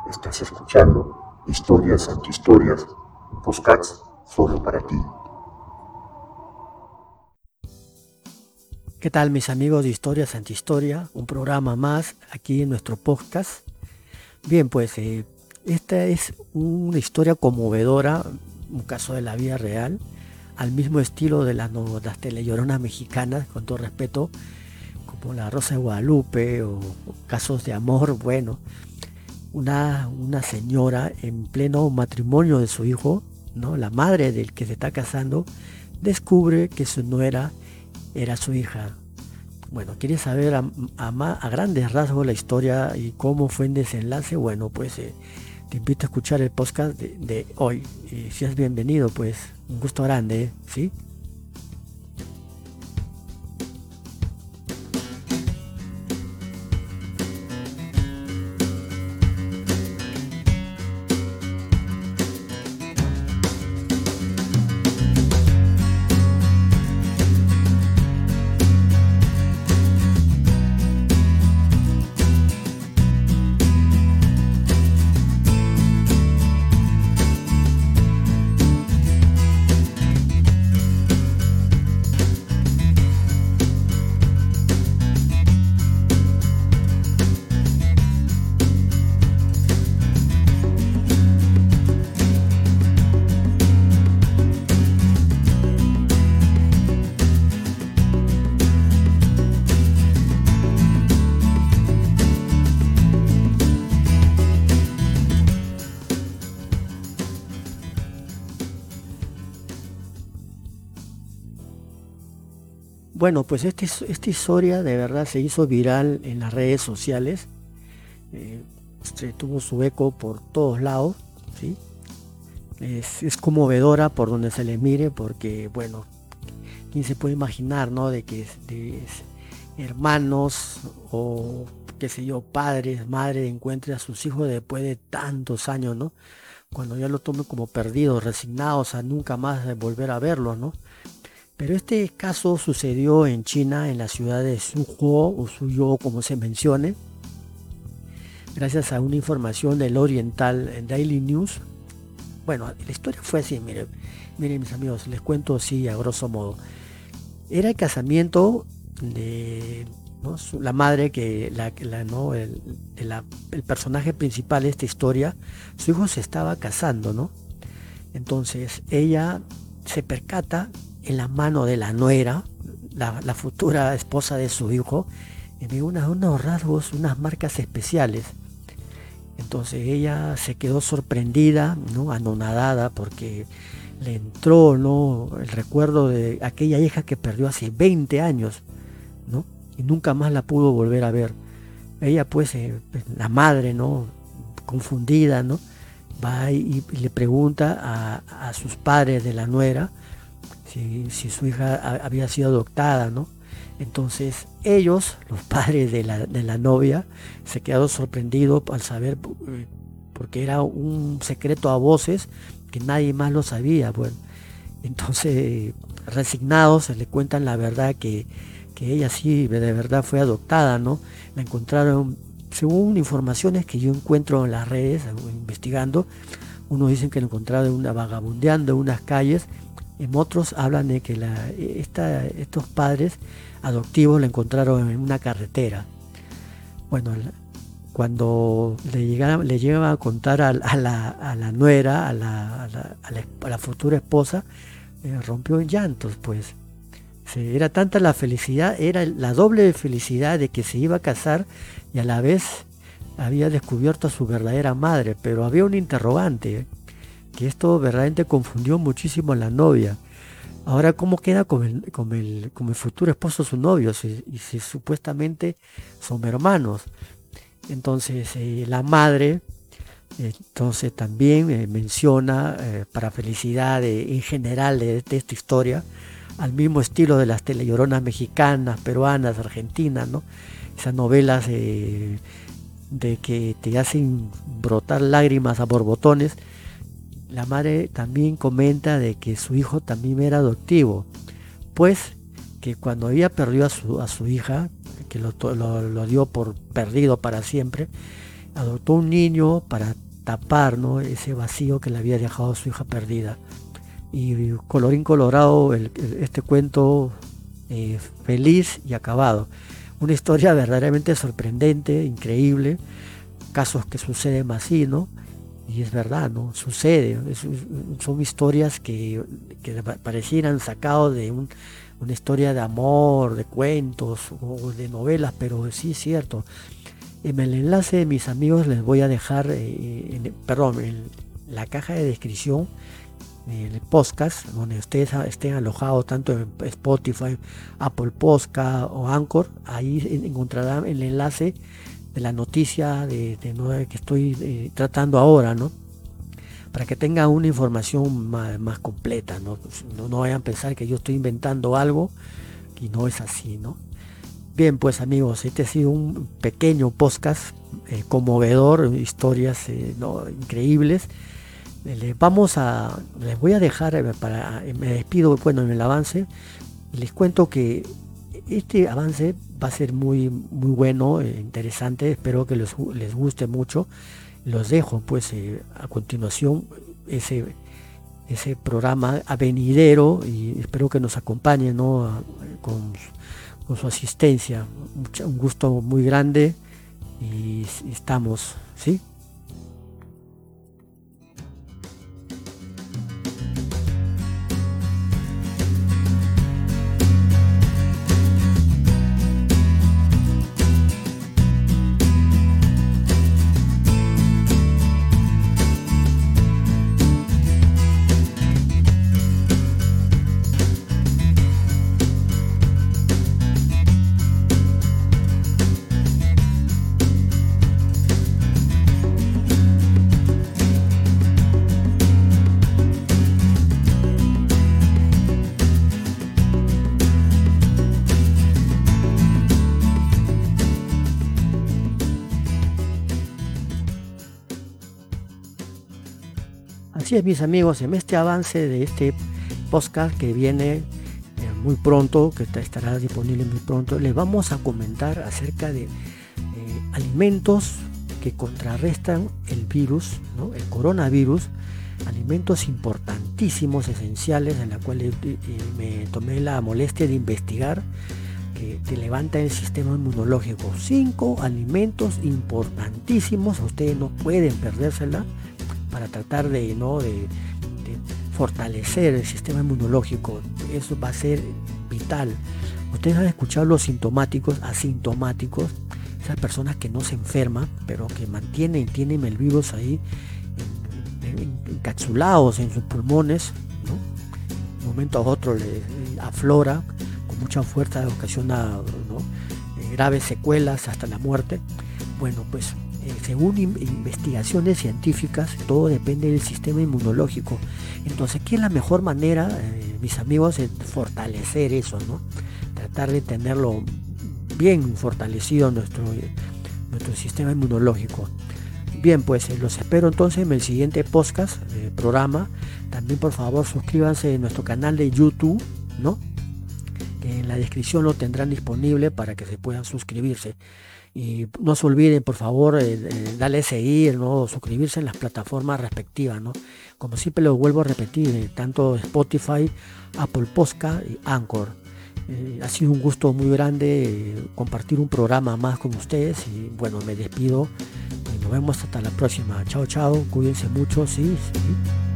Estás escuchando Historias Antihistorias, un podcast solo para ti. ¿Qué tal, mis amigos de Historias Antihistoria? Un programa más aquí en nuestro podcast. Bien, pues esta es una historia conmovedora, un caso de la vida real, al mismo estilo de las telenovelas mexicanas, con todo respeto, como La Rosa de Guadalupe o casos de amor. Bueno, una señora en pleno matrimonio de su hijo, ¿no? La madre del que se está casando, descubre que su nuera era su hija. Bueno, ¿quieres saber a grandes rasgos la historia y cómo fue el desenlace? Bueno, pues te invito a escuchar el podcast de hoy. Y si es bienvenido, pues un gusto grande, ¿sí? Bueno, pues esta historia de verdad se hizo viral en las redes sociales, tuvo su eco por todos lados, ¿sí? Es conmovedora por donde se le mire, porque, bueno, ¿quién se puede imaginar, no? De que hermanos o, qué sé yo, padres, madre, encuentren a sus hijos después de tantos años, ¿no? Cuando ya lo tomen como perdidos, resignados a nunca más volver a verlos, ¿no? Pero este caso sucedió en China, en la ciudad de Suzhou, o Suzhou como se mencione, gracias a una información del Oriental Daily News. Bueno, la historia fue así, miren mis amigos, les cuento así a grosso modo. Era el casamiento de, ¿no?, la madre que el personaje principal de esta historia, su hijo se estaba casando, ¿no? Entonces ella se percata en la mano de la nuera, la futura esposa de su hijo, y unos rasgos, unas marcas especiales. Entonces ella se quedó sorprendida, ¿no?, anonadada, porque le entró, ¿no?, el recuerdo de aquella hija que perdió hace 20 años, ¿no?, y nunca más la pudo volver a ver. Ella, pues, la madre, ¿no?, confundida, ¿no?, va y le pregunta a sus padres de la nuera si su hija había sido adoptada, ¿no? Entonces ellos, los padres de la novia, se quedaron sorprendidos al saber, porque era un secreto a voces que nadie más lo sabía. Bueno, entonces resignados se le cuentan la verdad que ella sí de verdad fue adoptada, ¿no? La encontraron, según informaciones que yo encuentro en las redes, investigando. Unos dicen que la encontraron vagabundeando en unas calles. En otros hablan de que estos padres adoptivos la encontraron en una carretera. Bueno, cuando le llegan a contar a la nuera, a la futura esposa, rompió en llantos, pues. Era tanta la felicidad, era la doble felicidad de que se iba a casar y a la vez había descubierto a su verdadera madre. Pero había un interrogante, que esto verdaderamente confundió muchísimo a la novia. Ahora, ¿cómo queda con el futuro esposo, su novio, si supuestamente son hermanos? Entonces la madre entonces también menciona, para felicidad en general de esta historia, al mismo estilo de las telenovelas mexicanas, peruanas, argentinas, ¿no? Esas novelas de que te hacen brotar lágrimas a borbotones. La madre también comenta de que su hijo también era adoptivo, pues que cuando ella perdió a su hija, que lo dio por perdido para siempre, adoptó un niño para tapar, ¿no?, ese vacío que le había dejado su hija perdida. Y colorín colorado, este cuento feliz y acabado. Una historia verdaderamente sorprendente, increíble, casos que suceden así, ¿no? Y es verdad, ¿no? Sucede. Son historias que parecieran sacados de una historia de amor, de cuentos o de novelas, pero sí es cierto. En el enlace, mis amigos, les voy a dejar, en la caja de descripción, el podcast, donde ustedes estén alojados tanto en Spotify, Apple Podcast o Anchor. Ahí encontrarán el enlace de la noticia que estoy tratando ahora, ¿no? Para que tengan una información más completa, ¿no? No vayan a pensar que yo estoy inventando algo y no es así, ¿no? Bien, pues amigos, este ha sido un pequeño podcast conmovedor, historias increíbles. Les voy a dejar, me despido, bueno, en el avance, les cuento que este avance va a ser muy, muy bueno, interesante, espero que les guste mucho. Los dejo pues a continuación ese programa avenidero y espero que nos acompañen, ¿no?, con su asistencia. Un gusto muy grande y estamos, ¿sí? Así es, mis amigos, en este avance de este podcast que viene muy pronto, que estará disponible muy pronto, les vamos a comentar acerca de alimentos que contrarrestan el virus, ¿no?, el coronavirus, alimentos importantísimos, esenciales, en la cual me tomé la molestia de investigar, que levantan el sistema inmunológico. 5 alimentos importantísimos, ustedes no pueden perdérsela, para tratar de fortalecer el sistema inmunológico. Eso va a ser vital. Ustedes han escuchado los sintomáticos, asintomáticos, esas personas que no se enferman, pero que tienen el virus ahí encapsulados en sus pulmones, ¿no? De un momento a otro le aflora con mucha fuerza, ocasiona, ¿no?, graves secuelas hasta la muerte. Bueno, pues según investigaciones científicas, todo depende del sistema inmunológico. Entonces, ¿qué es la mejor manera, mis amigos, de fortalecer eso, ¿no? Tratar de tenerlo bien fortalecido nuestro sistema inmunológico. Bien, pues los espero entonces en el siguiente podcast, programa. También, por favor, suscríbanse a nuestro canal de YouTube, ¿no?, que en la descripción lo tendrán disponible para que se puedan suscribirse. Y no se olviden, por favor, darle seguir, ¿no?, suscribirse en las plataformas respectivas, ¿no? Como siempre lo vuelvo a repetir, tanto Spotify, Apple Podcast y Anchor. Ha sido un gusto muy grande compartir un programa más con ustedes y bueno, me despido y nos vemos hasta la próxima. Chao, chao, cuídense mucho, sí.